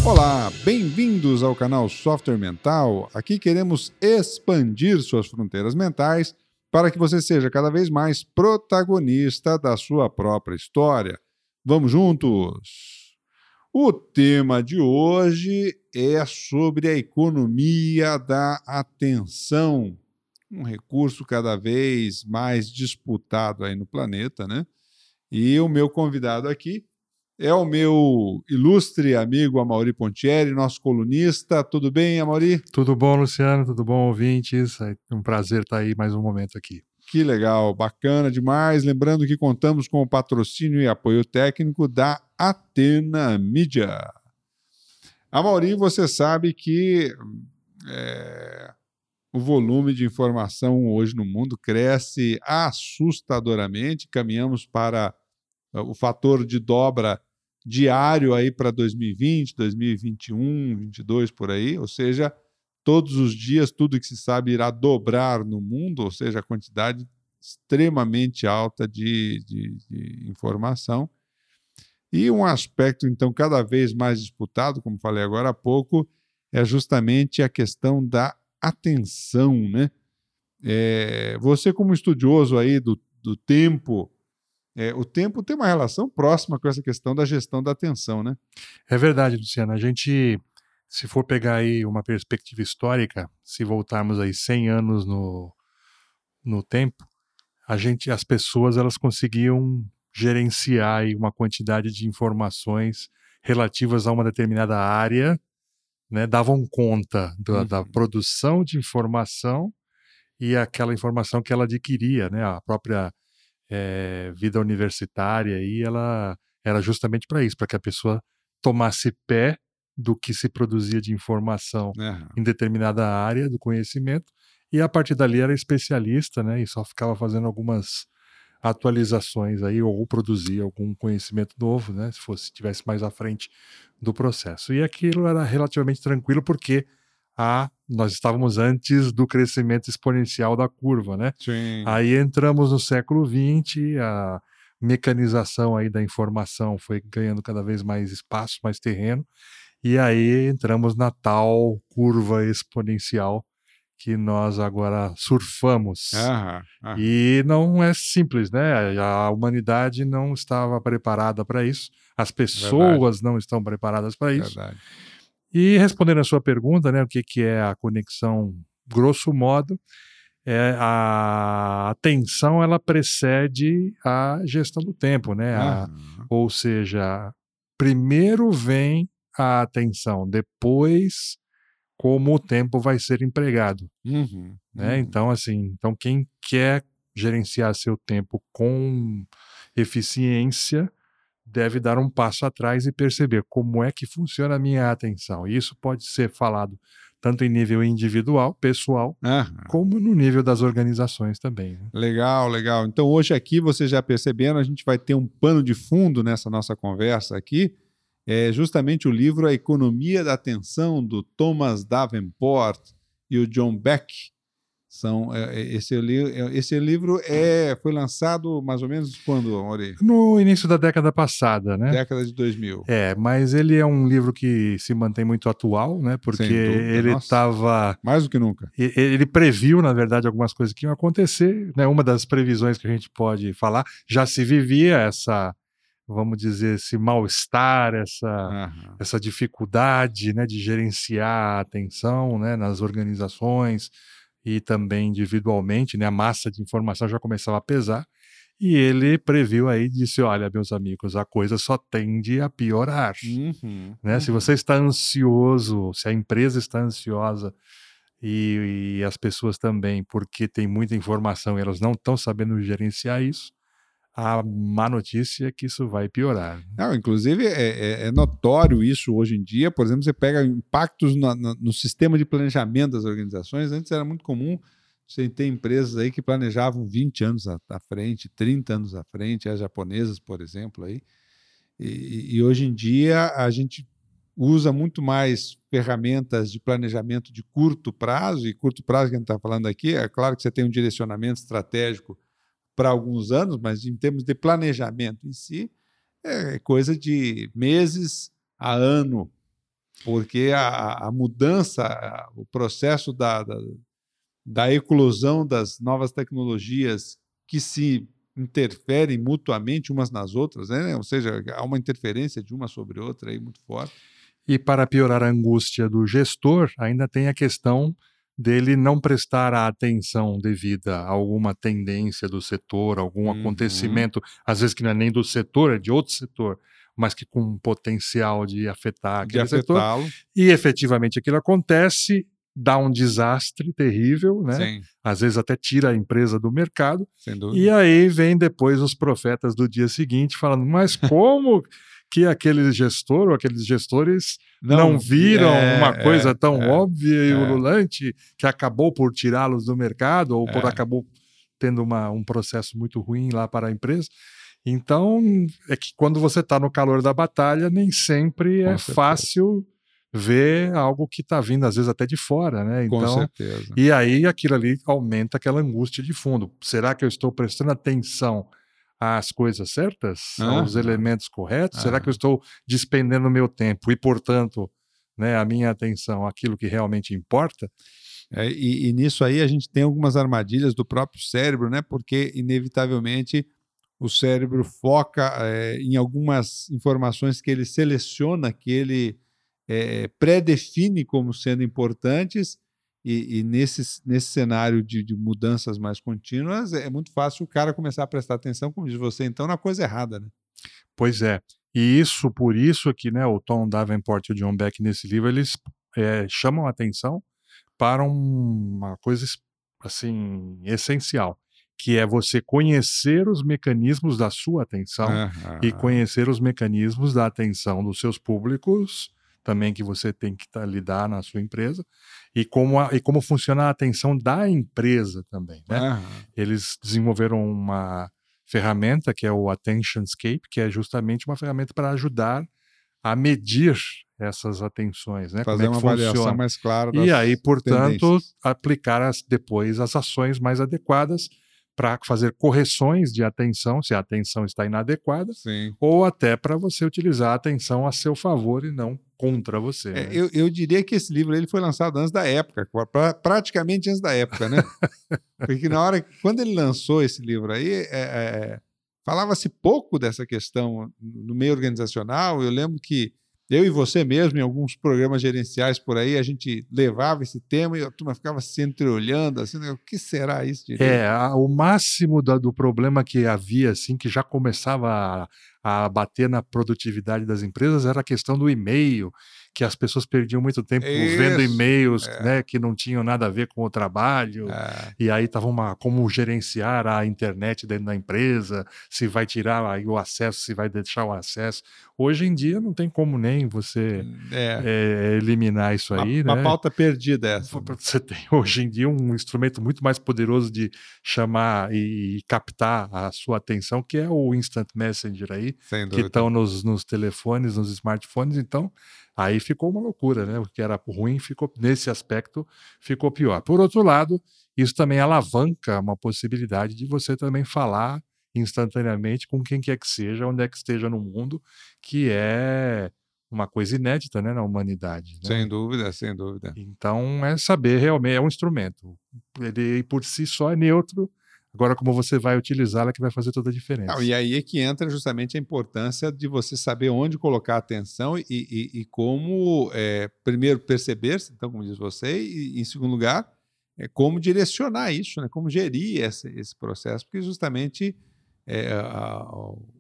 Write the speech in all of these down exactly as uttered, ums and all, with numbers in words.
Olá, bem-vindos ao canal Software Mental. Aqui queremos expandir suas fronteiras mentais para que você seja cada vez mais protagonista da sua própria história. Vamos juntos? O tema de hoje é sobre a economia da atenção, um recurso cada vez mais disputado aí no planeta, né? E o meu convidado aqui é o meu ilustre amigo Amaury Pontieri, nosso colunista. Tudo bem, Amaury? Tudo bom, Luciano? Tudo bom, ouvintes? É um prazer estar aí mais um momento aqui. Que legal, bacana demais. Lembrando que contamos com o patrocínio e apoio técnico da Atena Mídia. Amaury, você sabe que é, o volume de informação hoje no mundo cresce assustadoramente. Caminhamos para o fator de dobra diário aí para dois mil e vinte, dois mil e vinte e um, vinte e dois por aí, ou seja, todos os dias tudo que se sabe irá dobrar no mundo, ou seja, a quantidade extremamente alta de, de, de informação. E um aspecto, então, cada vez mais disputado, como falei agora há pouco, é justamente a questão da atenção, né? É, você, como estudioso aí do, do tempo, É, o tempo tem uma relação próxima com essa questão da gestão da atenção, né? É verdade, Luciano. A gente, se for pegar aí uma perspectiva histórica, se voltarmos aí cem anos no, no tempo, a gente, as pessoas elas conseguiam gerenciar aí uma quantidade de informações relativas a uma determinada área, né? Davam conta da, Uhum. da produção de informação e aquela informação que ela adquiria, né? A própria É, vida universitária aí, ela era justamente para isso, para que a pessoa tomasse pé do que se produzia de informação Uhum. em determinada área do conhecimento e a partir dali era especialista, né, e só ficava fazendo algumas atualizações aí ou produzia algum conhecimento novo, né, se fosse estivesse mais à frente do processo. E aquilo era relativamente tranquilo porque a, nós estávamos antes do crescimento exponencial da curva, né? Sim. Aí entramos no século vinte, a mecanização aí da informação foi ganhando cada vez mais espaço, mais terreno, e aí entramos na tal curva exponencial que nós agora surfamos. Uhum. Uhum. E não é simples, né? A humanidade não estava preparada para isso, as pessoas Verdade. não estão preparadas para isso. Verdade. E respondendo a sua pergunta, né, o que, que é a conexão, grosso modo, é a atenção ela precede a gestão do tempo, né? A, Uhum. ou seja, primeiro vem a atenção, depois como o tempo vai ser empregado, Uhum. né? Uhum. Então, assim, então quem quer gerenciar seu tempo com eficiência deve dar um passo atrás e perceber como é que funciona a minha atenção. E isso pode ser falado tanto em nível individual, pessoal, Uhum. como no nível das organizações também, né? Legal, legal. Então hoje aqui, vocês já perceberam, a gente vai ter um pano de fundo nessa nossa conversa aqui, é justamente o livro A Economia da Atenção, do Thomas Davenport e o John Beck. São, é, esse, esse livro é, foi lançado mais ou menos quando, Amaury? No início da década passada, né? Década de dois mil. É, mas ele é um livro que se mantém muito atual, né? Porque Sem dúvida, ele nossa. estava... Mais do que nunca. Ele previu, na verdade, algumas coisas que iam acontecer, né? Uma das previsões que a gente pode falar, já se vivia essa, vamos dizer, esse mal-estar, essa, Uhum. essa dificuldade, né, de gerenciar a atenção, né, nas organizações e também individualmente, né? A massa de informação já começava a pesar. E ele previu aí, disse, olha, meus amigos, a coisa só tende a piorar. Uhum, Né? uhum. Se você está ansioso, se a empresa está ansiosa e, e as pessoas também, porque tem muita informação e elas não estão sabendo gerenciar isso, a má notícia é que isso vai piorar. Não, inclusive, é, é, é notório isso hoje em dia. Por exemplo, você pega impactos no, no, no sistema de planejamento das organizações. Antes era muito comum você ter empresas aí que planejavam vinte anos à, à frente, trinta anos à frente, as japonesas, por exemplo. Aí. E, e hoje em dia a gente usa muito mais ferramentas de planejamento de curto prazo, e curto prazo que a gente está falando aqui, é claro que você tem um direcionamento estratégico para alguns anos, mas em termos de planejamento em si, é coisa de meses a ano Porque a, a mudança, a, o processo da, da, da eclosão das novas tecnologias que se interferem mutuamente umas nas outras, né? Ou seja, há uma interferência de uma sobre outra aí muito forte. E para piorar a angústia do gestor, ainda tem a questão dele não prestar a atenção devida a alguma tendência do setor, algum Uhum. acontecimento, às vezes que não é nem do setor, é de outro setor, mas que com potencial de afetar aquele De setor. afetá-lo. E efetivamente aquilo acontece, dá um desastre terrível, né? Sim, Às vezes até tira a empresa do mercado. sem dúvida. E aí vem depois os profetas do dia seguinte falando, mas como que aquele gestor ou aqueles gestores não, não viram é, uma coisa é, tão é, óbvia e é. ululante que acabou por tirá-los do mercado ou por É. acabou tendo uma, um processo muito ruim lá para a empresa. Então, é que quando você está no calor da batalha, nem sempre Com é certeza. fácil ver algo que está vindo, às vezes até de fora, né? Com Então, certeza. e aí aquilo ali aumenta aquela angústia de fundo. Será que eu estou prestando atenção às coisas certas, aos Aham. elementos corretos? Será que eu Aham. estou despendendo o meu tempo e, portanto, né, a minha atenção àquilo que realmente importa? É, e, e nisso aí a gente tem algumas armadilhas do próprio cérebro, né? Porque, inevitavelmente, o cérebro foca é, em algumas informações que ele seleciona, que ele é, pré-define como sendo importantes, e, e nesse, nesse cenário de, de mudanças mais contínuas, é muito fácil o cara começar a prestar atenção, como diz você, então, na coisa errada, né? Pois é. E isso, por isso que, né, o Tom Davenport e o John Beck, nesse livro, eles é, chamam a atenção para uma coisa assim essencial, que é você conhecer os mecanismos da sua atenção Aham. e conhecer os mecanismos da atenção dos seus públicos, também que você tem que tá, lidar na sua empresa, e como, a, e como funciona a atenção da empresa também, né? Aham. Eles desenvolveram uma ferramenta que é o Attentionscape, que é justamente uma ferramenta para ajudar a medir essas atenções, né? Fazer Como é uma que avaliação funciona. mais clara das E aí, portanto, tendências. aplicar as, depois as ações mais adequadas para fazer correções de atenção, se a atenção está inadequada, Sim. ou até para você utilizar a atenção a seu favor e não contra você. É, né? eu, eu diria que esse livro ele foi lançado antes da época, pra, praticamente antes da época, né? Porque na hora, quando ele lançou esse livro aí, é, é, falava-se pouco dessa questão no meio organizacional. Eu lembro que eu e você mesmo, em alguns programas gerenciais por aí, a gente levava esse tema e a turma ficava se entreolhando, assim, né? O que será isso direito? É, a, o máximo da, do problema que havia, assim, que já começava a, a bater na produtividade das empresas era a questão do e-mail, que as pessoas perdiam muito tempo Isso, vendo e-mails é. né, que não tinham nada a ver com o trabalho, É. e aí estava uma como gerenciar a internet dentro da empresa, se vai tirar aí o acesso, se vai deixar o acesso. Hoje em dia não tem como nem você É. é, eliminar isso aí, uma, né? Uma pauta perdida essa. Você tem hoje em dia um instrumento muito mais poderoso de chamar e, e captar a sua atenção, que é o Instant Messenger aí, Sem que dúvida. estão nos, nos telefones, nos smartphones. Então, aí ficou uma loucura, né? O que era ruim ficou, nesse aspecto, ficou pior. Por outro lado, isso também alavanca uma possibilidade de você também falar instantaneamente com quem quer que seja, onde é que esteja no mundo, que é uma coisa inédita, né, na humanidade. Né? Sem dúvida, sem dúvida. Então, é saber realmente, é um instrumento. Ele por si só é neutro, agora como você vai utilizá-lo é que vai fazer toda a diferença. Não, e aí é que entra justamente a importância de você saber onde colocar a atenção e, e, e como, é, primeiro, perceber-se, então, como diz você, e, em segundo lugar, é, como direcionar isso, né? Como gerir esse, esse processo, porque justamente é, a, a,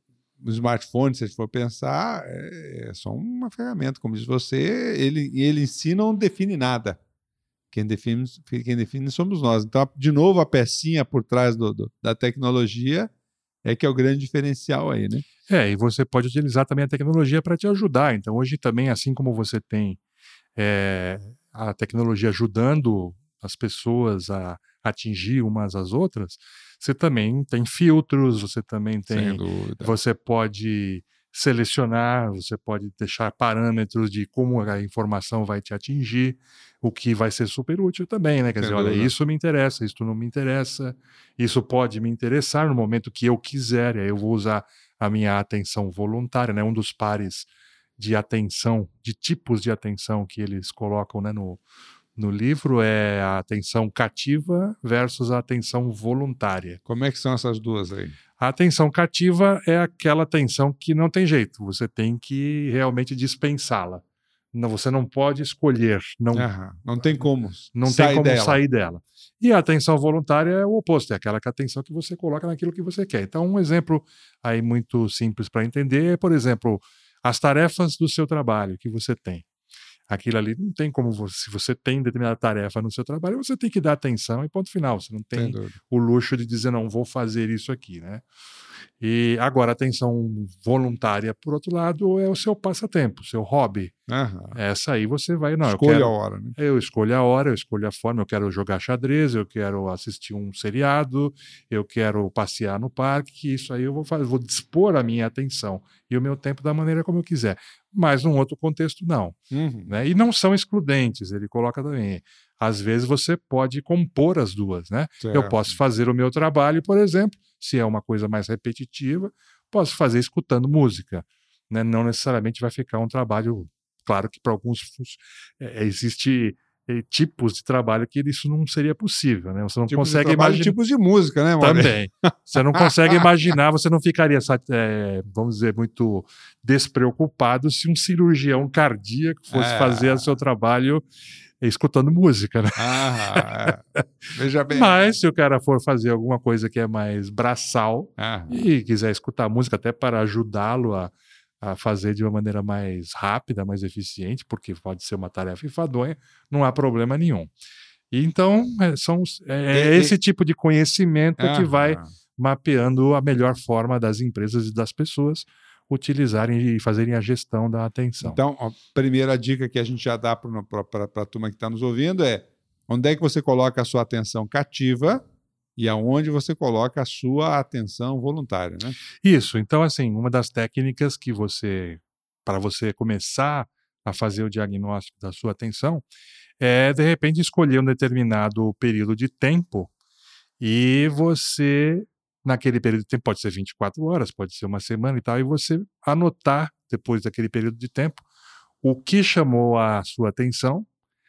o smartphone, se a gente for pensar, é, é só uma ferramenta, como diz você, ele, ele em si não define nada. Quem define, quem define somos nós. Então, de novo, a pecinha por trás do, do, da tecnologia é que é o grande diferencial aí, né? É, e você pode utilizar também a tecnologia para te ajudar. Então, hoje também, assim como você tem é, a tecnologia ajudando as pessoas a atingir umas às outras, você também tem filtros, você também tem... Sem dúvida. Você pode selecionar, você pode deixar parâmetros de como a informação vai te atingir, o que vai ser super útil também, né? Quer Sem dizer, dúvida. olha, isso me interessa, isso não me interessa, isso pode me interessar no momento que eu quiser, aí eu vou usar a minha atenção voluntária, né? Um dos pares de atenção, de tipos de atenção que eles colocam, né, no, no livro, é a atenção cativa versus a atenção voluntária. Como é que são essas duas aí? A atenção cativa é aquela atenção que não tem jeito, você tem que realmente dispensá-la. Não, você não pode escolher, não, Aham, não tem como não sair tem como dela. sair dela. E a atenção voluntária é o oposto, é aquela atenção que você coloca naquilo que você quer. Então, um exemplo aí muito simples para entender é, por exemplo, as tarefas do seu trabalho que você tem. Aquilo ali não tem como, você, se você tem determinada tarefa no seu trabalho, você tem que dar atenção e ponto final. Você não tem o luxo de dizer, não, vou fazer isso aqui, né? E agora, a atenção voluntária, por outro lado, é o seu passatempo, o seu hobby. Aham. Essa aí você vai, não, Escolha eu quero, a hora, né? Eu escolho a hora, eu escolho a forma, eu quero jogar xadrez, eu quero assistir um seriado, eu quero passear no parque, isso aí eu vou fazer, vou dispor a minha atenção e o meu tempo da maneira como eu quiser. Mas num outro contexto, não. Uhum. Né? E não são excludentes, ele coloca também. Às vezes você pode compor as duas, né? Certo. Eu posso fazer o meu trabalho, por exemplo, se é uma coisa mais repetitiva, posso fazer escutando música, né? Não necessariamente vai ficar um trabalho, claro que para alguns é, existe é, tipos de trabalho que isso não seria possível, né? Você não Tipos consegue de trabalho, imaginar. tipos de música, né, Maurício? Também. Você não consegue imaginar, você não ficaria, é, vamos dizer, muito despreocupado se um cirurgião cardíaco fosse É. fazer o seu trabalho escutando música, né? Ah, é. Veja bem. Mas se o cara for fazer alguma coisa que é mais braçal Ah, e quiser escutar música até para ajudá-lo a, a fazer de uma maneira mais rápida, mais eficiente, porque pode ser uma tarefa enfadonha, não há problema nenhum. Então, é, são, os- é, é E- esse tipo de conhecimento ah, que vai mapeando a melhor forma das empresas e das pessoas utilizarem e fazerem a gestão da atenção. Então, a primeira dica que a gente já dá para a turma que está nos ouvindo é onde é que você coloca a sua atenção cativa e aonde você coloca a sua atenção voluntária, né? Isso, então assim, uma das técnicas que você, para você começar a fazer o diagnóstico da sua atenção, é de repente escolher um determinado período de tempo e você, naquele período de tempo, pode ser vinte e quatro horas, pode ser uma semana e tal, e você anotar, depois daquele período de tempo, o que chamou a sua atenção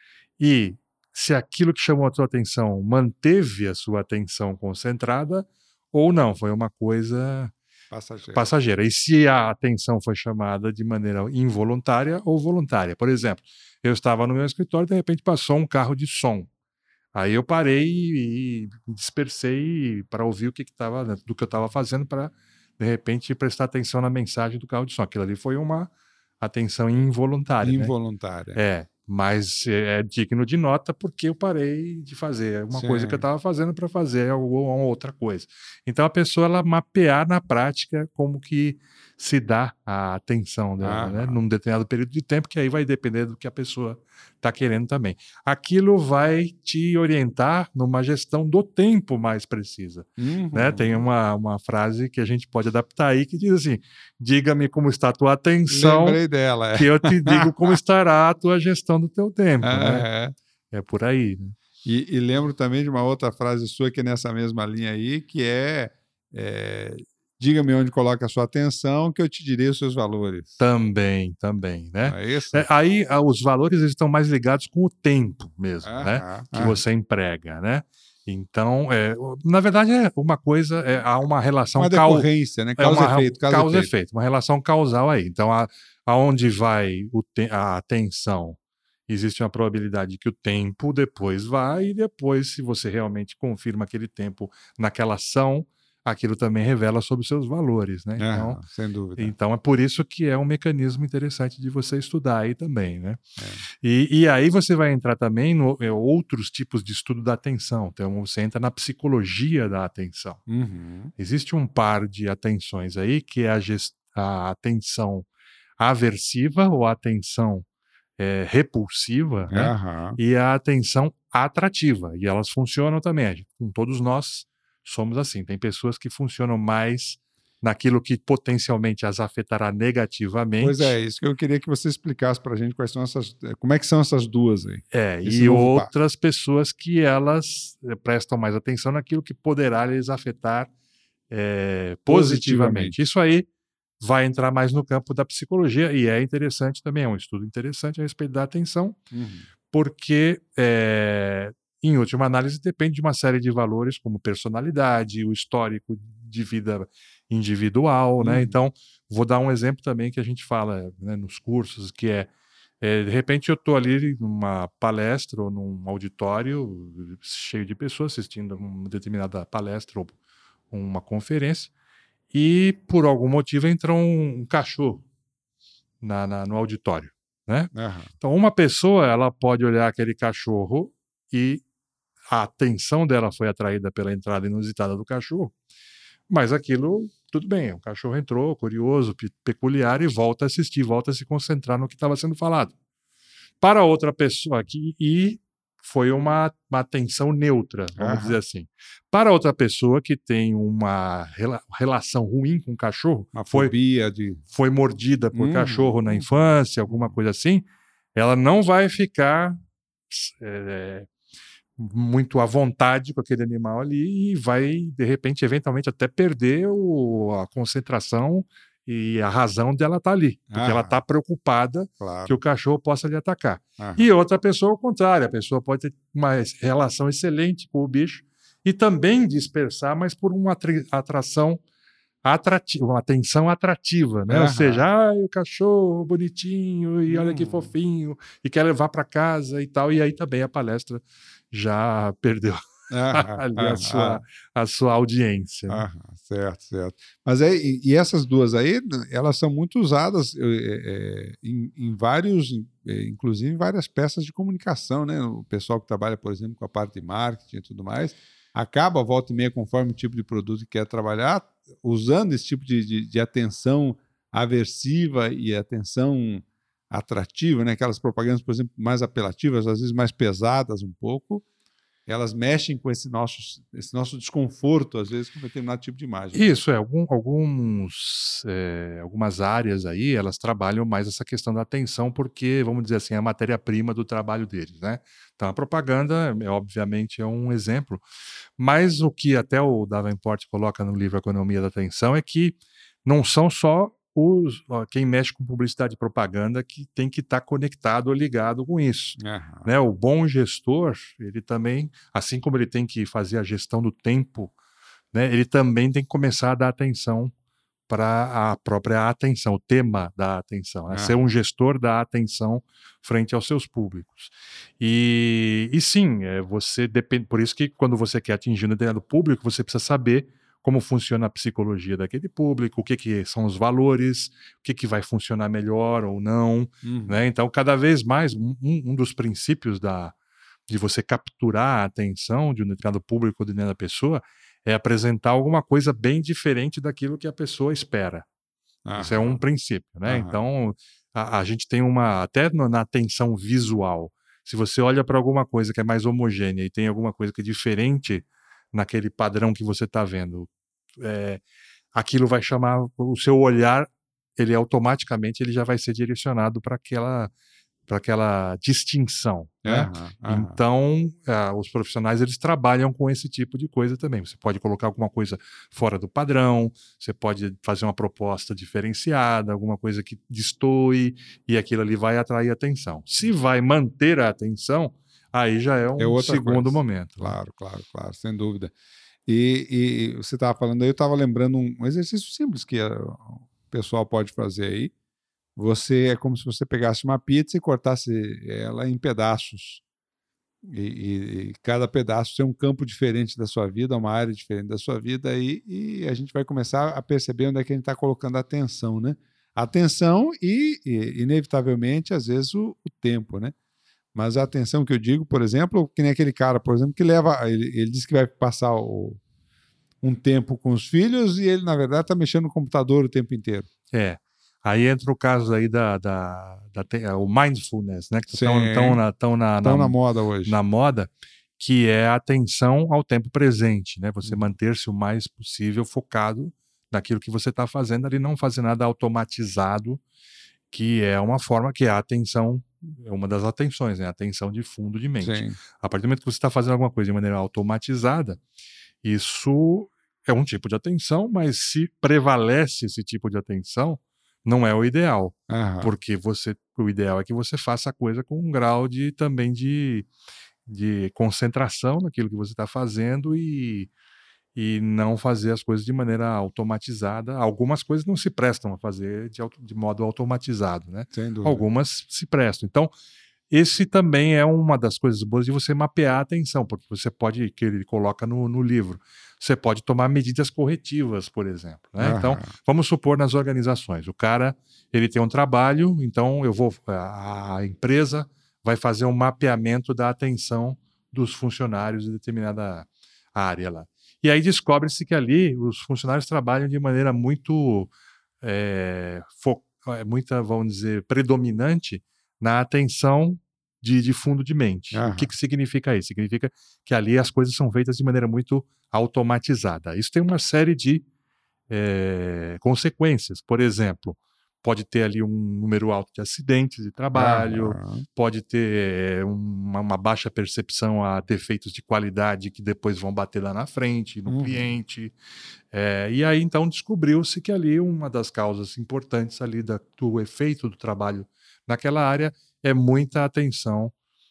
e se aquilo que chamou a sua atenção manteve a sua atenção concentrada ou não, foi uma coisa Passageiro. passageira. E se a atenção foi chamada de maneira involuntária ou voluntária. Por exemplo, eu estava no meu escritório e de repente passou um carro de som. Aí eu parei e me dispersei para ouvir o que estava do que eu estava fazendo para de repente prestar atenção na mensagem do carro de som. Aquilo ali foi uma atenção involuntária, né? Involuntária. É, mas é digno de nota porque eu parei de fazer uma Sim. coisa que eu estava fazendo para fazer uma outra coisa. Então a pessoa ela mapear na prática como que se dá a atenção dela, né? Aham. Num determinado período de tempo, que aí vai depender do que a pessoa está querendo também. Aquilo vai te orientar numa gestão do tempo mais precisa. Uhum. Né? Tem uma, uma frase que a gente pode adaptar aí que diz assim: diga-me como está a tua atenção, Lembrei dela. É. que eu te digo como estará a tua gestão do teu tempo. Ah, Né? é. É por aí. Né? E, e lembro também de uma outra frase sua que é nessa mesma linha aí, que é, é diga-me onde coloca a sua atenção que eu te direi os seus valores. Também, também, né? Não é isso? É, aí ah, os valores eles estão mais ligados com o tempo mesmo, Aham, né? Que aham. você emprega, né? Então, é, na verdade, é uma coisa, é, há uma relação Uma cau- decorrência, né? é Causa uma efeito, causa, causa efeito. efeito, uma relação causal aí. Então, a, aonde vai o te- a atenção, existe uma probabilidade de que o tempo depois vai, e depois, se você realmente confirma aquele tempo naquela ação, aquilo também revela sobre os seus valores, né? Então, Aham, sem dúvida. então é por isso que é um mecanismo interessante de você estudar aí também, né? É. E, e aí você vai entrar também em outros tipos de estudo da atenção. Então você entra na psicologia da atenção. Uhum. Existe um par de atenções aí que é a, gest- a atenção aversiva ou a atenção é, repulsiva, né? Aham. E a atenção atrativa. E elas funcionam também. Com todos nós somos assim. Tem pessoas que funcionam mais naquilo que potencialmente as afetará negativamente. Pois é, isso que eu queria que você explicasse para a gente quais são essas, como é que são essas duas aí. É, Esse e novo par. outras pessoas que elas eh, prestam mais atenção naquilo que poderá lhes afetar eh, positivamente. Positivamente. Isso aí vai entrar mais no campo da psicologia, e é interessante também, é um estudo interessante a respeito da atenção, Uhum. porque, é, em última análise, depende de uma série de valores, como personalidade, o histórico de vida individual, né? Uhum. Então, vou dar um exemplo também que a gente fala, né, nos cursos, que é, é, de repente eu estou ali numa palestra ou num auditório cheio de pessoas assistindo uma determinada palestra ou uma conferência, e por algum motivo entra um, um cachorro na, na, no auditório, né? Aham. Então, uma pessoa, ela pode olhar aquele cachorro e a atenção dela foi atraída pela entrada inusitada do cachorro, mas aquilo, tudo bem, o cachorro entrou, curioso, pe- peculiar, e volta a assistir, volta a se concentrar no que estava sendo falado. Para outra pessoa aqui, e foi uma, uma atenção neutra, vamos Aham. dizer assim. Para outra pessoa que tem uma rela- relação ruim com o cachorro, Uma foi, fobia de... foi mordida por Uhum. cachorro na infância, alguma coisa assim, ela não vai ficar é, muito à vontade com aquele animal ali e vai, de repente, eventualmente até perder o, a concentração e a razão dela estar ali, porque ela Aham. está preocupada Claro. que o cachorro possa lhe atacar. Aham. E outra pessoa, ao contrário, a pessoa pode ter uma relação excelente com o bicho e também dispersar, mas por uma atri- atração atrativa, uma atenção atrativa, né? Ou Aham. seja, ai, o cachorro bonitinho, e olha que Hum. fofinho, e quer levar para casa e tal, e aí também a palestra já perdeu Aham. ali a Aham. sua, a sua audiência, né? Aham. Certo, certo. Mas aí, e e essas duas aí, elas são muito usadas eh, eh, em, em vários, eh, inclusive em várias peças de comunicação, né? O pessoal que trabalha, por exemplo, com a parte de marketing e tudo mais, acaba, volta e meia, conforme o tipo de produto que quer trabalhar, usando esse tipo de, de, de atenção aversiva e atenção atrativa, né? Aquelas propagandas, por exemplo, mais apelativas, às vezes mais pesadas um pouco, elas mexem com esse nosso, esse nosso desconforto, às vezes, com determinado tipo de imagem. Isso, é, algum, alguns, é, algumas áreas aí, elas trabalham mais essa questão da atenção, porque, vamos dizer assim, é a matéria-prima do trabalho deles, né? Então, a propaganda, é, obviamente, é um exemplo, mas o que até o Davenport coloca no livro Economia da Atenção é que não são só os, ó, quem mexe com publicidade e propaganda que tem que estar conectado ou ligado com isso. Aham. Né? O bom gestor, ele também, assim como ele tem que fazer a gestão do tempo, né, ele também tem que começar a dar atenção para a própria atenção, o tema da atenção, né? Aham. Ser um gestor da atenção frente aos seus públicos. E, e sim, é, você depende, por isso que quando você quer atingir um determinado público, você precisa saber como funciona a psicologia daquele público, o que, que são os valores, o que, que vai funcionar melhor ou não, Uhum. né? Então, cada vez mais, um, um dos princípios da, de você capturar a atenção de um determinado público ou de determinada pessoa é apresentar alguma coisa bem diferente daquilo que a pessoa espera. Isso é um Aham. princípio, né? Aham. Então, a, a gente tem uma, até no- na atenção visual, se você olha para alguma coisa que é mais homogênea e tem alguma coisa que é diferente naquele padrão que você está vendo, é, aquilo vai chamar o seu olhar, ele automaticamente ele já vai ser direcionado para aquela para aquela distinção, né? Aham. Aham. Então, ah, os profissionais eles trabalham com esse tipo de coisa também. Você pode colocar alguma coisa fora do padrão, você pode fazer uma proposta diferenciada, alguma coisa que destoe, e aquilo ali vai atrair atenção. Se vai manter a atenção, aí já é É um outra segundo coisa. momento, né? Claro, claro, claro, sem dúvida. E, e você estava falando aí, eu estava lembrando um, um exercício simples que ah, o pessoal pode fazer aí. Você é como se você pegasse uma pizza e cortasse ela em pedaços. E, e- e cada pedaço tem um campo diferente da sua vida, uma área diferente da sua vida, e, e a gente vai começar a perceber onde é que a gente está colocando a atenção, né? Atenção e, e, inevitavelmente, às vezes, o, o tempo, né? Mas a atenção que eu digo, por exemplo, que nem aquele cara, por exemplo, que leva. Ele, ele diz que vai passar o- um tempo com os filhos e ele, na verdade, está mexendo no computador o tempo inteiro. É. Aí entra o caso aí da, da, da te- o mindfulness, né? Que estão Sim. tão na, tão na, Estão na, na moda hoje. na moda, que é a atenção ao tempo presente, né? Você Uhum. manter-se o mais possível focado naquilo que você está fazendo ali, não fazer nada automatizado, que é uma forma que é a atenção, é uma das atenções, né? A atenção de fundo de mente. Sim. A partir do momento que você está fazendo alguma coisa de maneira automatizada, isso é um tipo de atenção, mas se prevalece esse tipo de atenção, não é o ideal. Aham. Porque você, o ideal é que você faça a coisa com um grau de, também de, de concentração naquilo que você está fazendo e, e não fazer as coisas de maneira automatizada. Algumas coisas não se prestam a fazer de, auto- de modo automatizado, né? Sem dúvida. Algumas se prestam. Então, esse também é uma das coisas boas de você mapear a atenção, porque você pode, que ele coloca no, no livro, você pode tomar medidas corretivas, por exemplo, né? Então, Aham. vamos supor nas organizações, o cara, ele tem um trabalho, então eu vou, a a empresa vai fazer um mapeamento da atenção dos funcionários de determinada área lá. E aí descobre-se que ali os funcionários trabalham de maneira muito, é, fo- é, muita, vamos dizer, predominante na atenção de, de fundo de mente. O que, Aham. que significa isso? Significa que ali as coisas são feitas de maneira muito automatizada. Isso tem uma série de eh, consequências. Por exemplo, pode ter ali um número alto de acidentes de trabalho, Aham. pode ter eh, uma, uma baixa percepção a defeitos de qualidade que depois vão bater lá na frente, no Uhum. cliente. Eh, e aí, então, descobriu-se que ali uma das causas importantes ali da- do efeito do trabalho naquela área é muita atenção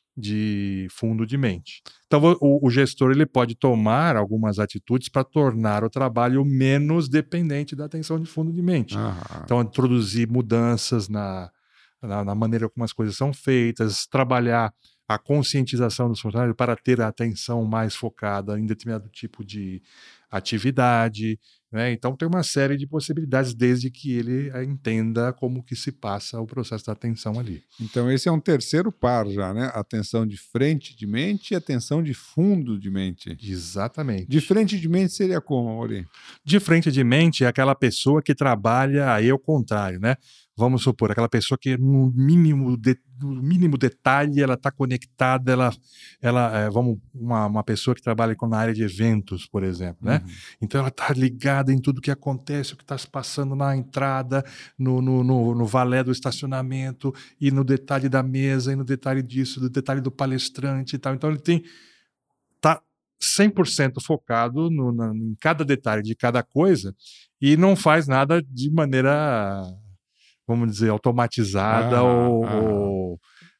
de fundo de mente. Então, o, o gestor ele pode tomar algumas atitudes para tornar o trabalho menos dependente da atenção de fundo de mente. Aham. Então, introduzir mudanças na, na, na maneira como as coisas são feitas, trabalhar a conscientização dos funcionários para ter a atenção mais focada em determinado tipo de atividade, né? Então, tem uma série de possibilidades, desde que ele eh, entenda como que se passa o processo da atenção ali. Então, esse é um terceiro par já, né? Atenção de frente de mente e atenção de fundo de mente. Exatamente. De frente de mente seria como, Auri? De frente de mente é aquela pessoa que trabalha aí ao contrário, né? Vamos supor, aquela pessoa que no mínimo, de, no mínimo detalhe ela está conectada, ela, ela é, vamos, uma, uma pessoa que trabalha com, na área de eventos, por exemplo, né? Uhum. Então ela está ligada em tudo que acontece, o que está se passando na entrada, no, no, no, no valé do estacionamento, e no detalhe da mesa, e no detalhe disso, no detalhe do palestrante e tal. Então ele tem tá cem por cento focado no, na, em cada detalhe de cada coisa e não faz nada de maneira, vamos dizer, automatizada Aham, ou, aham. ou,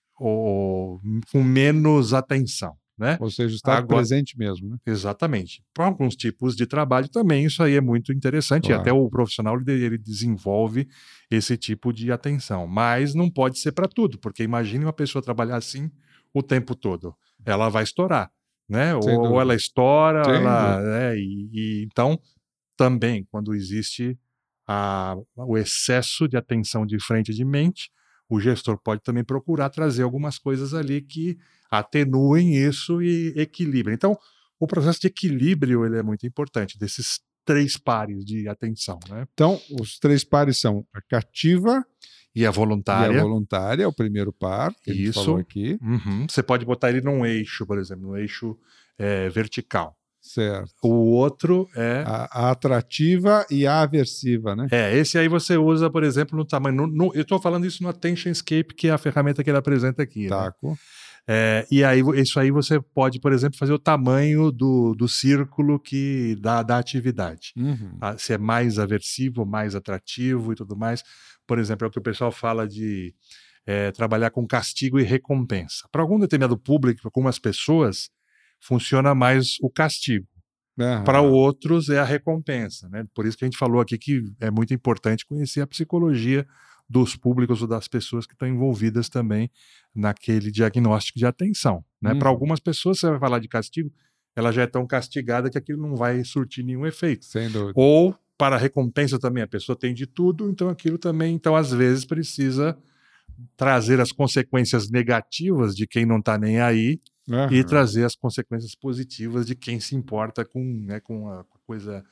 ou com menos atenção, né? Ou seja, estar Agora, presente mesmo, né? exatamente. Para alguns tipos de trabalho também isso aí é muito interessante. E até Claro. o profissional ele, ele desenvolve esse tipo de atenção. Mas não pode ser para tudo, porque imagine uma pessoa trabalhar assim o tempo todo. Ela vai estourar, né? Ou, Sem ou ela dúvida. estoura, ou Sem ela, dúvida. né? E, e então também quando existe a, o excesso de atenção de frente de mente, o gestor pode também procurar trazer algumas coisas ali que atenuem isso e equilibrem. Então, o processo de equilíbrio ele é muito importante, desses três pares de atenção, né? Então, os três pares são a cativa E a e a voluntária, voluntária, é o primeiro par que a gente falou isso. aqui. Uhum. Você pode botar ele num eixo, por exemplo, num eixo é, vertical. Certo. O outro é A, a atrativa e a aversiva, né? É, esse aí você usa, por exemplo, no tamanho. No, no- eu estou falando isso no Attentionscape, que é a ferramenta que ele apresenta aqui, né? Taco. É, e aí, isso aí você pode, por exemplo, fazer o tamanho do, do círculo que dá da atividade. Uhum. Ah, se é mais aversivo, mais atrativo e tudo mais. Por exemplo, é o que o pessoal fala de é, trabalhar com castigo e recompensa. Para algum determinado público, para algumas pessoas, funciona mais o castigo. Aham. Para outros é a recompensa, né? Por isso que a gente falou aqui que é muito importante conhecer a psicologia dos públicos ou das pessoas que estão envolvidas também naquele diagnóstico de atenção, né? Para Uhum. algumas pessoas você vai falar de castigo, ela já é tão castigada que aquilo não vai surtir nenhum efeito. Sem dúvida. Ou para a recompensa também, a pessoa tem de tudo, então aquilo também, então às vezes precisa trazer as consequências negativas de quem não está nem aí Aham. e trazer as consequências positivas de quem se importa com, né, com a coisa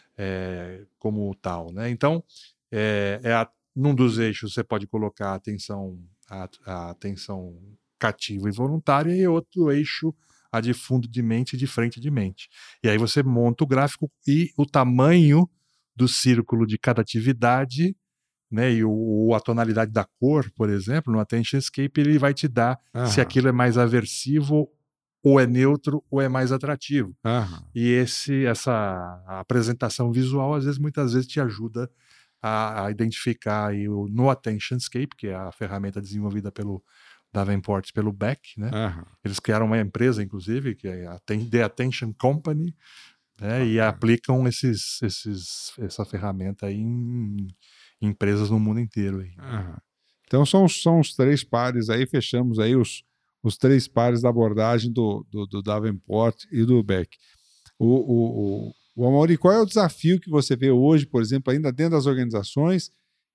é, como tal, né? Então, é, é a, num dos eixos você pode colocar a atenção, a, a atenção cativa e voluntária e outro eixo a de fundo de mente e de frente de mente. E aí você monta o gráfico e o tamanho do círculo de cada atividade, né, e o, a tonalidade da cor, por exemplo, no Attentionscape, ele vai te dar se Aham. aquilo é mais aversivo ou é neutro ou é mais atrativo. Aham. E esse, essa a apresentação visual, às vezes, muitas vezes te ajuda a, a identificar aí o No Attentionscape, que é a ferramenta desenvolvida pelo Davenport, pelo Beck, né? Aham. Eles criaram uma empresa, inclusive, que é a Atten- The Attention Company, né? E Bacana. aplicam esses, esses, essa ferramenta aí em, em empresas no mundo inteiro. Aí. Aham. Então são, os- são os três pares aí, fechamos aí os, os três pares da abordagem do, do, do Davenport e do Beck. O, o, o, o Amaury, qual é o desafio que você vê hoje, por exemplo, ainda dentro das organizações,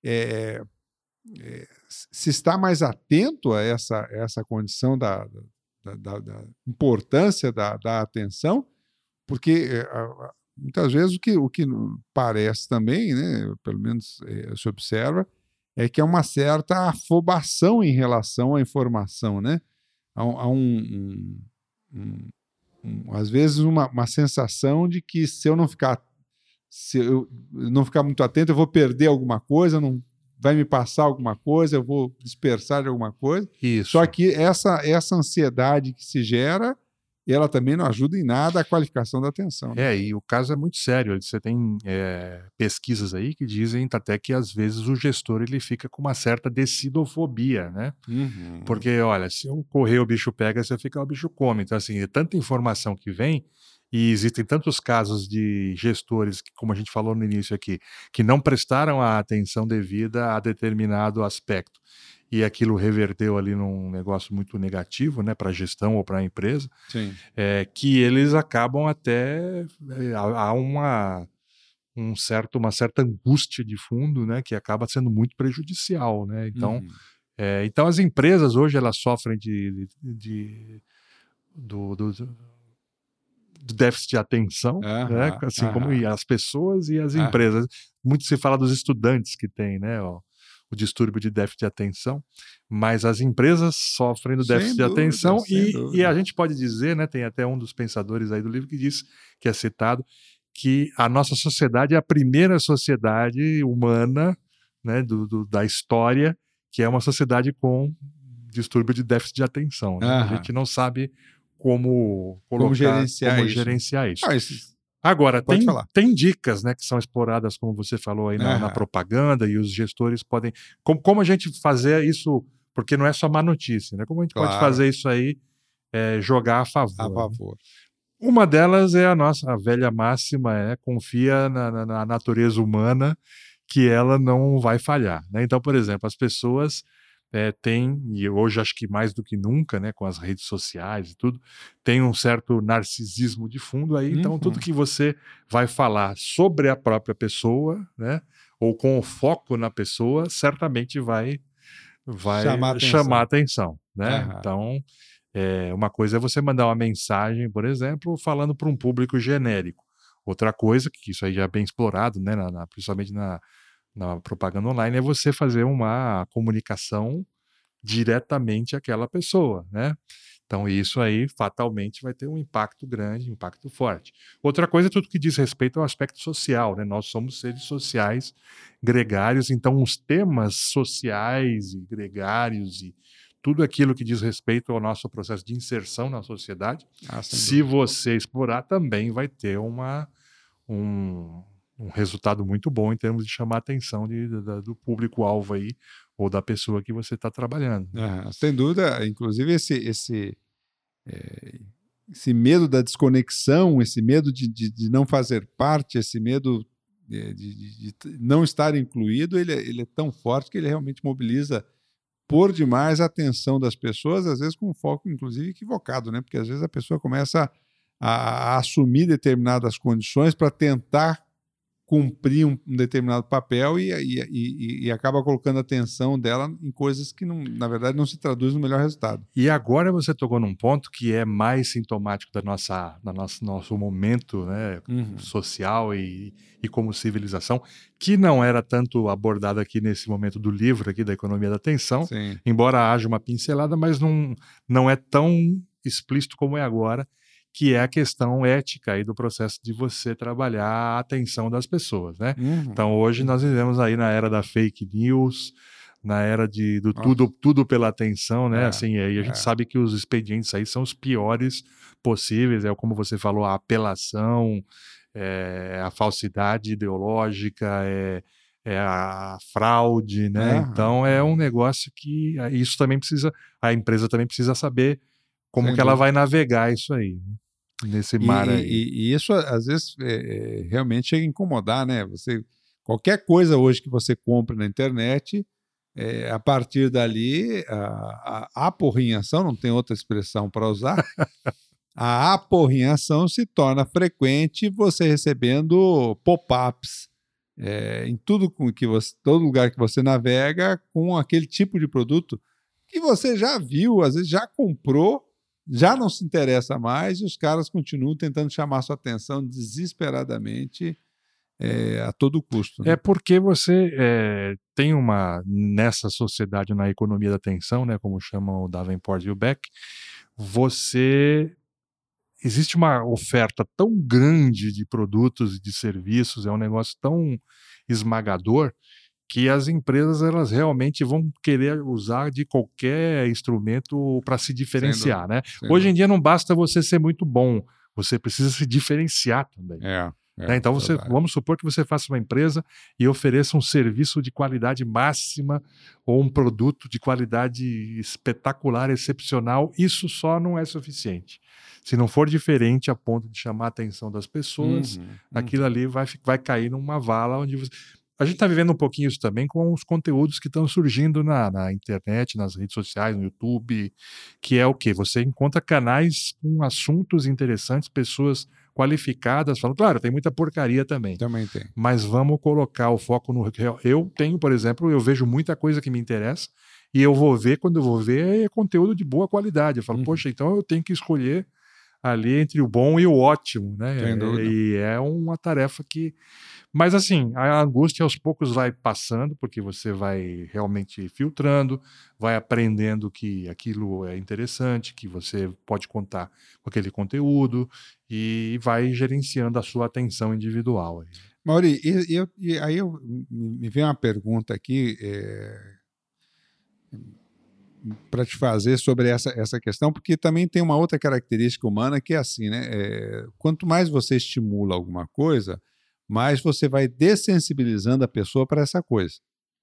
é, é, se está mais atento a essa, essa condição da, da, da, da importância da, da atenção? Porque é, a- a- muitas vezes o que, o que parece também, né, pelo menos é, se observa, é que há uma certa afobação em relação à informação, né? Há, um, há um, um- um- um- às vezes uma, uma sensação de que se eu não ficar se eu não ficar muito atento, eu vou perder alguma coisa, não vai me passar alguma coisa, eu vou dispersar de alguma coisa. Isso. Só que essa, essa ansiedade que se gera, ela também não ajuda em nada a qualificação da atenção. Né? É, e o caso é muito sério. Você tem é, pesquisas aí que dizem até que às vezes o gestor ele fica com uma certa decidofobia, né? Uhum. Porque, olha, se eu correr o bicho pega, se eu ficar o bicho come. Então, assim, é tanta informação que vem e existem tantos casos de gestores, que, como a gente falou no início aqui, que não prestaram a atenção devida a determinado aspecto. E aquilo reverteu ali num negócio muito negativo, né, para a gestão ou para a empresa, Sim. é, que eles acabam até é, há há uma um certo uma certa angústia de fundo, né, que acaba sendo muito prejudicial, né? Então, Uhum. é, então as empresas hoje elas sofrem de, de, de do, do, do déficit de atenção, Aham, né? Assim como aham. as pessoas e as Aham. empresas. Muito se fala dos estudantes que têm, né, ó, o distúrbio de déficit de atenção, mas as empresas sofrem do Sem déficit de dúvida, atenção sem e, dúvida. e a gente pode dizer, né, tem até um dos pensadores aí do livro que diz, que é citado, que a nossa sociedade é a primeira sociedade humana, né, do, do- da história, que é uma sociedade com distúrbio de déficit de atenção. Né? A Aham. gente não sabe como colocar, Como gerenciar como isso. gerenciar isso. Ah, esses- Agora, Pode tem, falar. tem dicas, né, que são exploradas, como você falou aí na, na Aham. propaganda, e os gestores podem. Como, como a gente fazer isso, porque não é só má notícia, né? Como a gente pode Claro. fazer isso aí, é, jogar a favor. A né? favor. Uma delas é a nossa a velha máxima, é confia na, na- na natureza humana que ela não vai falhar. Né? Então, por exemplo, as pessoas é, têm, e hoje acho que mais do que nunca, né, com as redes sociais e tudo, tem um certo narcisismo de fundo aí, então Uhum. tudo que você vai falar sobre a própria pessoa, né, ou com o foco na pessoa, certamente vai, vai Chamar chamar, atenção. atenção. Né? Aham. Então, é, uma coisa é você mandar uma mensagem, por exemplo, falando para um público genérico. Outra coisa, que isso aí já é bem explorado, né, na, na- principalmente na, na propaganda online, é você fazer uma comunicação diretamente àquela pessoa, né? Então, isso aí fatalmente vai ter um impacto grande, um impacto forte. Outra coisa é tudo que diz respeito ao aspecto social, né? Nós somos seres sociais gregários, então os temas sociais e gregários e tudo aquilo que diz respeito ao nosso processo de inserção na sociedade, Ah, sem se dúvida. você explorar, também vai ter uma, um, um resultado muito bom em termos de chamar a atenção de, da- do público-alvo aí, ou da pessoa que você está trabalhando. Aham. Sem dúvida, inclusive esse, esse, é, esse medo da desconexão, esse medo de, de, de não fazer parte, esse medo é, de, de- de t- não estar incluído, ele, é- ele é tão forte que ele realmente mobiliza por demais a atenção das pessoas, às vezes com um foco, inclusive, equivocado, né? Porque às vezes a pessoa começa a, a assumir determinadas condições para tentar cumprir um, um determinado papel e, e, e, e acaba colocando a atenção dela em coisas que, não, na verdade, não se traduz no melhor resultado. E agora você tocou num ponto que é mais sintomático da nossa, da nosso, nosso momento, né, Uhum. social e, e como civilização, que não era tanto abordado aqui nesse momento do livro aqui da economia da atenção, Sim. embora haja uma pincelada, mas não, não é tão explícito como é agora, que é a questão ética aí do processo de você trabalhar a atenção das pessoas, né? Uhum. Então hoje nós vivemos aí na era da fake news, na era de, do tudo, tudo pela atenção, né? É, assim, aí a gente é. sabe que os expedientes aí são os piores possíveis, é como você falou, a apelação, é, a falsidade ideológica, é, é a fraude, né? É. Então é um negócio que é, isso também precisa, a empresa também precisa saber como Sem que ela dúvida. vai navegar isso aí, né? Nesse E, mar aí. e, e isso às vezes é, é, realmente chega a incomodar, né? Você, qualquer coisa hoje que você compra na internet, é, a partir dali, a, a aporrinhação, não tem outra expressão para usar, a aporrinhação se torna frequente, você recebendo pop-ups é, em tudo com que você, todo lugar que você navega com aquele tipo de produto que você já viu, às vezes já comprou, já não se interessa mais e os caras continuam tentando chamar sua atenção desesperadamente é, a todo custo. Né? É porque você é, tem uma, nessa sociedade, na economia da atenção, né, como chamam o Davenport e o Beck, você... Existe uma oferta tão grande de produtos e de serviços, é um negócio tão esmagador, que as empresas elas realmente vão querer usar de qualquer instrumento para se diferenciar, né? Hoje em dia não basta você ser muito bom, você precisa se diferenciar também. É, é, né? Então você, verdade. vamos supor que você faça uma empresa e ofereça um serviço de qualidade máxima ou um produto de qualidade espetacular, excepcional, isso só não é suficiente. Se não for diferente a ponto de chamar a atenção das pessoas, Uhum, uhum. aquilo ali vai, vai cair numa vala onde você... A gente está vivendo um pouquinho isso também com os conteúdos que estão surgindo na, na internet, nas redes sociais, no YouTube, que é o quê? Você encontra canais com assuntos interessantes, pessoas qualificadas, falando, claro, tem muita porcaria também. Também tem. Mas vamos colocar o foco no... Eu tenho, por exemplo, eu vejo muita coisa que me interessa e eu vou ver, quando eu vou ver, é conteúdo de boa qualidade. Eu falo, Uhum. poxa, então eu tenho que escolher ali entre o bom e o ótimo, né? Sem dúvida. E é uma tarefa que... Mas assim, a angústia aos poucos vai passando, porque você vai realmente filtrando, vai aprendendo que aquilo é interessante, que você pode contar com aquele conteúdo e vai gerenciando a sua atenção individual. Mauri, e, e, e aí eu, me vem uma pergunta aqui é, para te fazer sobre essa, essa questão, porque também tem uma outra característica humana que é assim, né? É, quanto mais você estimula alguma coisa, mais você vai dessensibilizando a pessoa para essa coisa.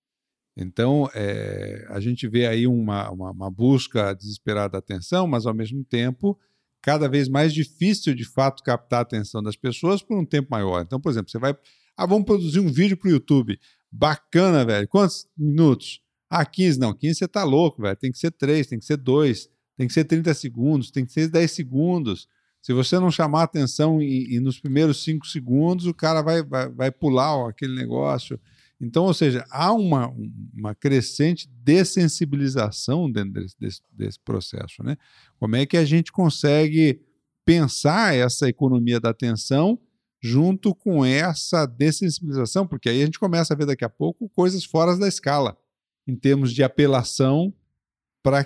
Então, é, a gente vê aí uma, uma, uma busca desesperada da atenção, mas, ao mesmo tempo, cada vez mais difícil, de fato, captar a atenção das pessoas por um tempo maior. Então, por exemplo, você vai... Ah, vamos produzir um vídeo para o YouTube. Bacana, velho. Quantos minutos? Ah, quinze. Não, quinze você tá louco, velho. Tem que ser três, tem que ser dois, tem que ser trinta segundos, tem que ser dez segundos. Se você não chamar a atenção e, e nos primeiros cinco segundos, o cara vai, vai, vai pular ó, aquele negócio. Então, ou seja, há uma, uma crescente dessensibilização dentro desse, desse, desse processo. Né? Como é que a gente consegue pensar essa economia da atenção junto com essa dessensibilização? Porque aí a gente começa a ver daqui a pouco coisas fora da escala, em termos de apelação para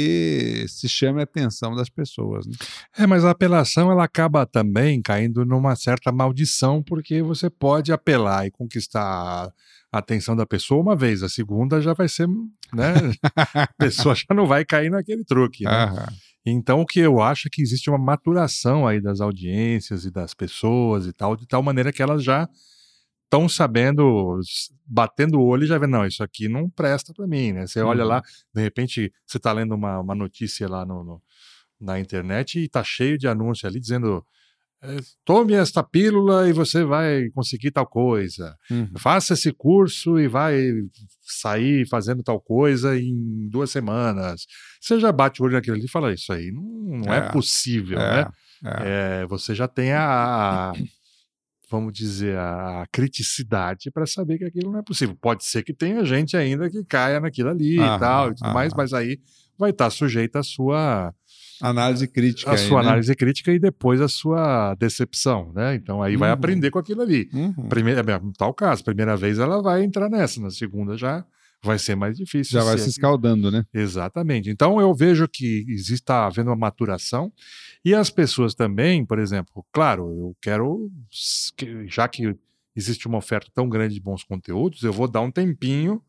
que se chame a atenção das pessoas. Né? É, mas a apelação ela acaba também caindo numa certa maldição, porque você pode apelar e conquistar a atenção da pessoa uma vez, a segunda já vai ser, né? A pessoa já não vai cair naquele truque, né? Aham. Então o que eu acho é que existe uma maturação aí das audiências e das pessoas e tal, de tal maneira que elas já estão sabendo, batendo o olho e já vendo, não, isso aqui não presta para mim, né? Você olha Uhum. lá, de repente, você está lendo uma, uma notícia lá no, no, na internet e tá cheio de anúncio ali dizendo é, tome esta pílula e você vai conseguir tal coisa. Uhum. Faça esse curso e vai sair fazendo tal coisa em duas semanas. Você já bate o olho naquilo ali e fala, isso aí não, não é, É, possível, é, né? é. É, você já tem a... vamos dizer, a criticidade para saber que aquilo não é possível. Pode ser que tenha gente ainda que caia naquilo ali Aham, e tal, e tudo aham. mais, mas aí vai estar sujeita à sua, Análise crítica a aí, sua né? análise crítica e depois a sua decepção, né? Então aí vai Uhum. aprender com aquilo ali. Uhum. Primeira, em tal caso, primeira vez ela vai entrar nessa, na segunda já vai ser mais difícil. Já vai se se é que- escaldando, né? Exatamente. Então eu vejo que está havendo uma maturação e as pessoas também, por exemplo, claro, eu quero, que- já que existe uma oferta tão grande de bons conteúdos, eu vou dar um tempinho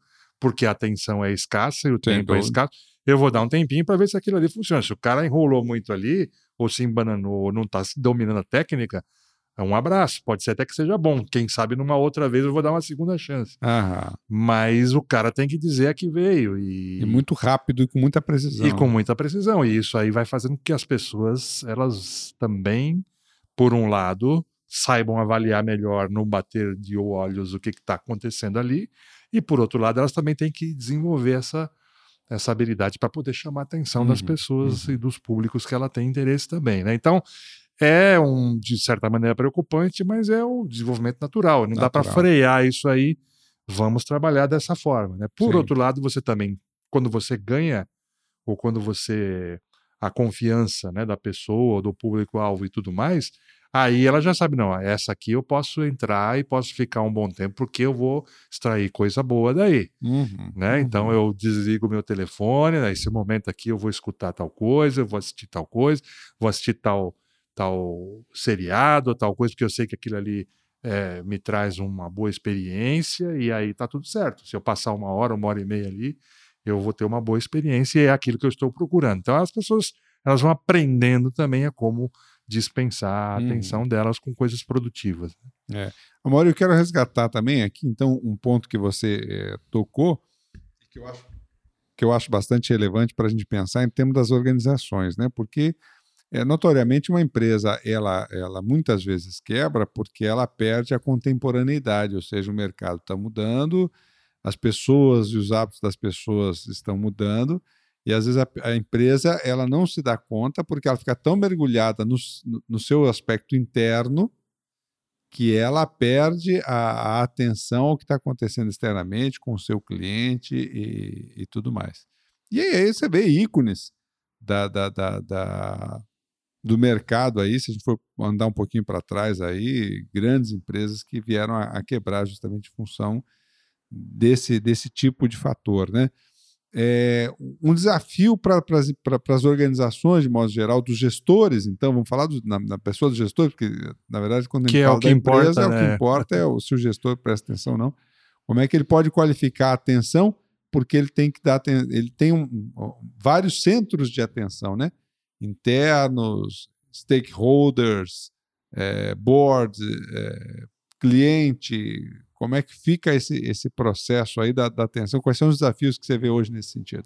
porque a atenção é escassa e o Sem tempo é dúvida. escasso, eu vou dar um tempinho para ver se aquilo ali funciona. Se o cara enrolou muito ali, ou se embananou, ou não está dominando a técnica, é um abraço. Pode ser até que seja bom. Quem sabe numa outra vez eu vou dar uma segunda chance. Aham. Mas o cara tem que dizer a que veio. E, E muito rápido e com muita precisão. e com muita precisão. E isso aí vai fazendo com que as pessoas, elas também, por um lado, saibam avaliar melhor no bater de olhos o que está acontecendo ali. E por outro lado, elas também têm que desenvolver essa, essa habilidade para poder chamar a atenção Uhum, das pessoas uhum. e dos públicos que ela tem interesse também, né? Então, é um, de certa maneira, preocupante, mas é o desenvolvimento natural. Não dá para Natural. frear isso aí. Vamos trabalhar dessa forma, né? Por Sim. outro lado, você também, quando você ganha, ou quando você... a confiança, né, da pessoa, do público-alvo e tudo mais, aí ela já sabe, não, essa aqui eu posso entrar e posso ficar um bom tempo, porque eu vou extrair coisa boa daí. Uhum, Né? uhum. Então eu desligo meu telefone, nesse momento aqui eu vou escutar tal coisa, eu vou assistir tal coisa, vou assistir tal, tal seriado, tal coisa, porque eu sei que aquilo ali é, me traz uma boa experiência e aí tá tudo certo. Se eu passar uma hora, uma hora e meia ali, eu vou ter uma boa experiência e é aquilo que eu estou procurando. Então as pessoas, elas vão aprendendo também a como dispensar a Uhum. atenção delas com coisas produtivas. É. Amor, eu quero resgatar também aqui, então, um ponto que você é, tocou, que eu acho, que eu acho bastante relevante para a gente pensar em termos das organizações, né? Porque, é, notoriamente, uma empresa, ela, ela muitas vezes quebra porque ela perde a contemporaneidade, ou seja, o mercado está mudando, as pessoas e os hábitos das pessoas estão mudando, e às vezes a, a empresa ela não se dá conta porque ela fica tão mergulhada no, no seu aspecto interno que ela perde a, a atenção ao que está acontecendo externamente com o seu cliente e, e tudo mais. E aí você vê ícones da, da, da, da, do mercado aí, se a gente for andar um pouquinho para trás aí, grandes empresas que vieram a, a quebrar justamente em função desse, desse tipo de fator, né? É, um desafio para pra, as organizações, de modo geral, dos gestores, então, vamos falar do, na, na pessoa do gestor, porque, na verdade, quando a gente Que é fala o que da empresa, importa, é o que né? importa é o, se o gestor presta atenção ou não. Como é que ele pode qualificar a atenção? Porque ele tem que dar, ele tem um, um, vários centros de atenção, né? Internos, stakeholders, é, board, é, cliente. Como é que fica esse, esse processo aí da, da atenção? Quais são os desafios que você vê hoje nesse sentido?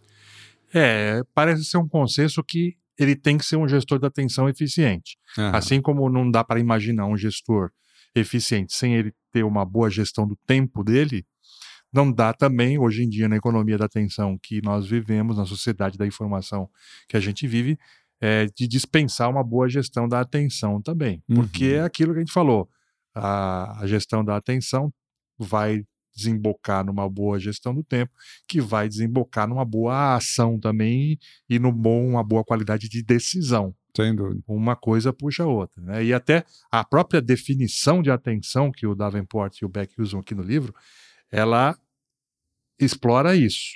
É, parece ser um consenso que ele tem que ser um gestor da atenção eficiente. Aham. Assim como não dá para imaginar um gestor eficiente sem ele ter uma boa gestão do tempo dele, não dá também, hoje em dia, na economia da atenção que nós vivemos, na sociedade da informação que a gente vive, é, de dispensar uma boa gestão da atenção também. Porque Uhum. é aquilo que a gente falou, a, a gestão da atenção vai desembocar numa boa gestão do tempo, que vai desembocar numa boa ação também e no bom, uma boa qualidade de decisão. Sem dúvida. Uma coisa puxa a outra, né? E até a própria definição de atenção que o Davenport e o Beck usam aqui no livro, ela explora isso.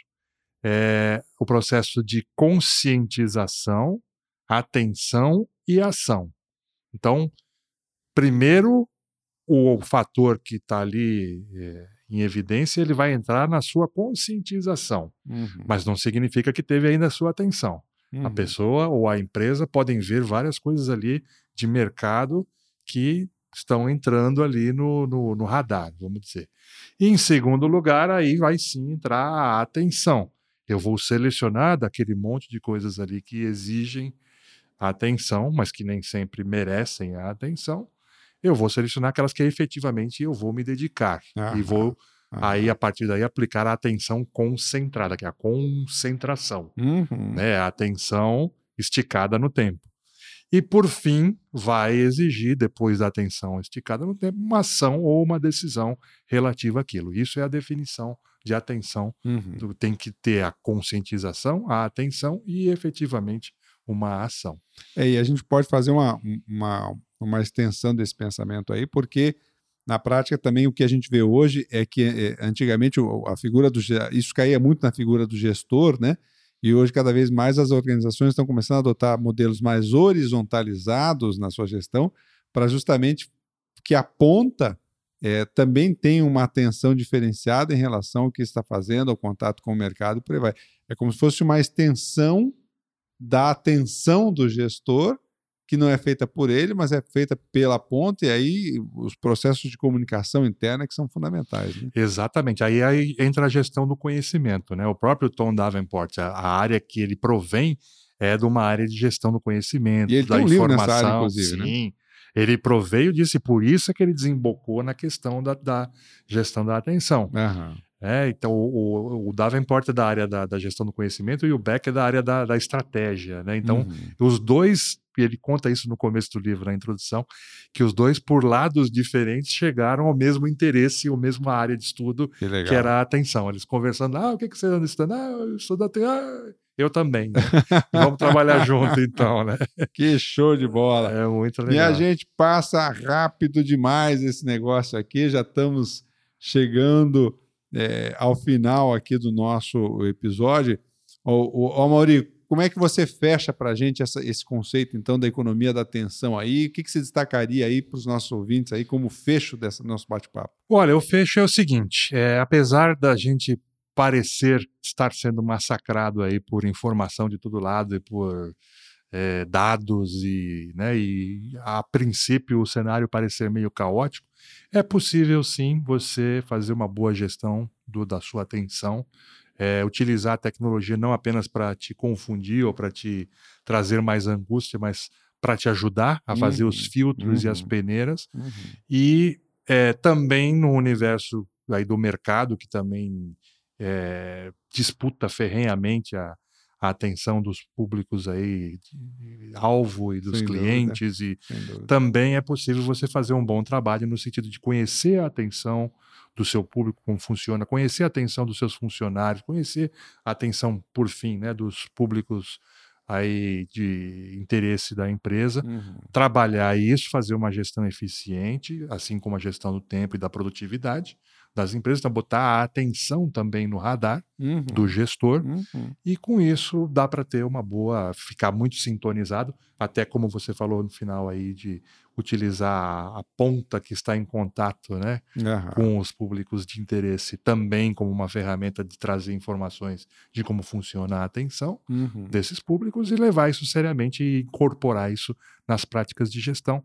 É o processo de conscientização, atenção e ação. Então, primeiro, o fator que está ali é, em evidência, ele vai entrar na sua conscientização, Uhum. mas não significa que teve ainda a sua atenção. Uhum. A pessoa ou a empresa podem ver várias coisas ali de mercado que estão entrando ali no, no, no radar, vamos dizer. E em segundo lugar, aí vai sim entrar a atenção. Eu vou selecionar daquele monte de coisas ali que exigem a atenção, mas que nem sempre merecem a atenção. Eu vou selecionar aquelas que efetivamente eu vou me dedicar. Aham. E vou, Aham. aí, a partir daí, aplicar a atenção concentrada, que é a concentração. Uhum. Né? A atenção esticada no tempo. E, por fim, vai exigir, depois da atenção esticada no tempo, uma ação ou uma decisão relativa àquilo. Isso é a definição de atenção. Uhum. Tem que ter a conscientização, a atenção e, efetivamente, uma ação. É, e a gente pode fazer uma, uma, uma extensão desse pensamento aí, porque, na prática, também o que a gente vê hoje é que, é, antigamente, a figura do... Isso caía muito na figura do gestor, né? E hoje, cada vez mais, as organizações estão começando a adotar modelos mais horizontalizados na sua gestão, para justamente que a ponta é, também tem uma atenção diferenciada em relação ao que está fazendo, ao contato com o mercado e por aí vai. É como se fosse uma extensão da atenção do gestor, que não é feita por ele, mas é feita pela ponta, e aí os processos de comunicação interna que são fundamentais. Né? Exatamente. Aí, aí entra a gestão do conhecimento, né? O próprio Tom Davenport, a, a área que ele provém é de uma área de gestão do conhecimento, e ele da tem um livro informação. nessa área, inclusive, sim. Né? Ele proveio disso, e por isso é que ele desembocou na questão da, da gestão da atenção. Aham. É, então, o, o Davenport é da área da, da gestão do conhecimento e o Beck é da área da, da estratégia. Né? Então, Uhum. os dois, ele conta isso no começo do livro, na introdução, que os dois, por lados diferentes, chegaram ao mesmo interesse, a mesma área de estudo, Que legal. que era a atenção. Eles conversando, ah, o que, que você anda estudando? Ah, eu estudo atenção. Ah, eu também. Né? Vamos trabalhar junto, então, né? Que show de bola. É muito legal. Minha gente, passa rápido demais esse negócio aqui, já estamos chegando é, ao final aqui do nosso episódio. Ô, ô, ô Mauri, como é que você fecha para a gente essa, esse conceito, então, da economia da atenção aí? O que, que você destacaria aí para os nossos ouvintes aí como fecho desse nosso bate-papo? Olha, o fecho é o seguinte, é, apesar da gente parecer estar sendo massacrado aí por informação de todo lado e por é, dados e, né, e a princípio o cenário parecer meio caótico, é possível sim você fazer uma boa gestão do, da sua atenção, é, utilizar a tecnologia não apenas para te confundir ou para te trazer mais angústia, mas para te ajudar a fazer Uhum, os filtros uhum, e as peneiras, uhum. e é, também no universo aí do mercado, que também É, disputa ferrenhamente a, a atenção dos públicos aí, de, alvo e dos Sem clientes, dúvida, e também é possível você fazer um bom trabalho no sentido de conhecer a atenção do seu público, como funciona, conhecer a atenção dos seus funcionários, conhecer a atenção, por fim, né, dos públicos aí de interesse da empresa, uhum. trabalhar isso, fazer uma gestão eficiente, assim como a gestão do tempo e da produtividade das empresas, então botar a atenção também no radar Uhum. do gestor, Uhum. e com isso dá para ter uma boa, ficar muito sintonizado, até como você falou no final aí, de utilizar a, a ponta que está em contato, né, Uhum. com os públicos de interesse também como uma ferramenta de trazer informações de como funciona a atenção uhum. desses públicos e levar isso seriamente e incorporar isso nas práticas de gestão.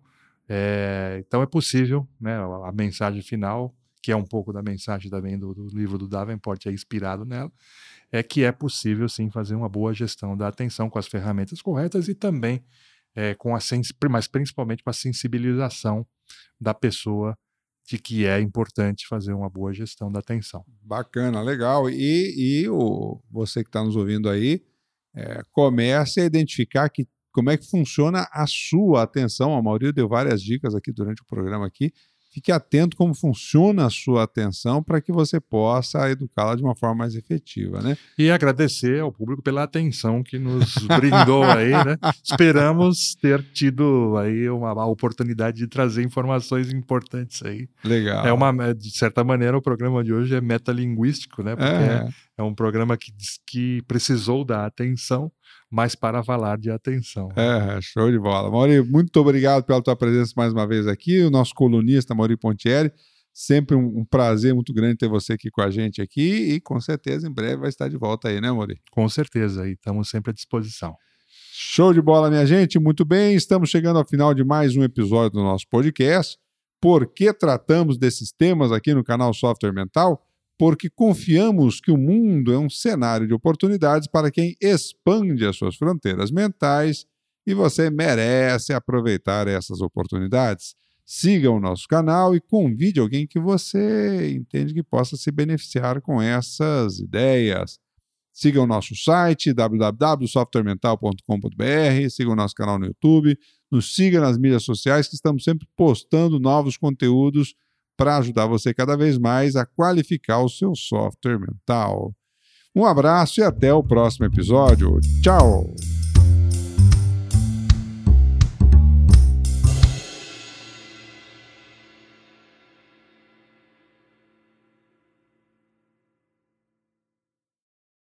É, então é possível, né, a mensagem final, que é um pouco da mensagem também do, do livro do Davenport, é inspirado nela, é que é possível sim fazer uma boa gestão da atenção com as ferramentas corretas e também é, com a sens- mas principalmente com a sensibilização da pessoa de que é importante fazer uma boa gestão da atenção. Bacana, legal. E, e o, você que está nos ouvindo aí, é, comece a identificar que, como é que funciona a sua atenção. A Mauri deu várias dicas aqui durante o programa aqui. Fique atento como funciona a sua atenção para que você possa educá-la de uma forma mais efetiva, né? E agradecer ao público pela atenção que nos brindou aí, né? Esperamos ter tido aí uma, uma oportunidade de trazer informações importantes aí. Legal. É uma, de certa maneira, o programa de hoje é metalinguístico, né? Porque é, é. é um programa que diz que precisou da atenção, mas para falar de atenção. É, show de bola. Mauri, muito obrigado pela tua presença mais uma vez aqui, o nosso colunista Mauri Pontieri. Sempre um, um prazer muito grande ter você aqui com a gente aqui e com certeza em breve vai estar de volta aí, né, Mauri? Com certeza, e estamos sempre à disposição. Show de bola, minha gente. Muito bem, estamos chegando ao final de mais um episódio do nosso podcast. Por que tratamos desses temas aqui no canal Software Mental? Porque confiamos que o mundo é um cenário de oportunidades para quem expande as suas fronteiras mentais e você merece aproveitar essas oportunidades. Siga o nosso canal e convide alguém que você entende que possa se beneficiar com essas ideias. Siga o nosso site w w w ponto software mental ponto com ponto b r, siga o nosso canal no YouTube, nos siga nas mídias sociais que estamos sempre postando novos conteúdos para ajudar você cada vez mais a qualificar o seu software mental. Um abraço e até o próximo episódio. Tchau!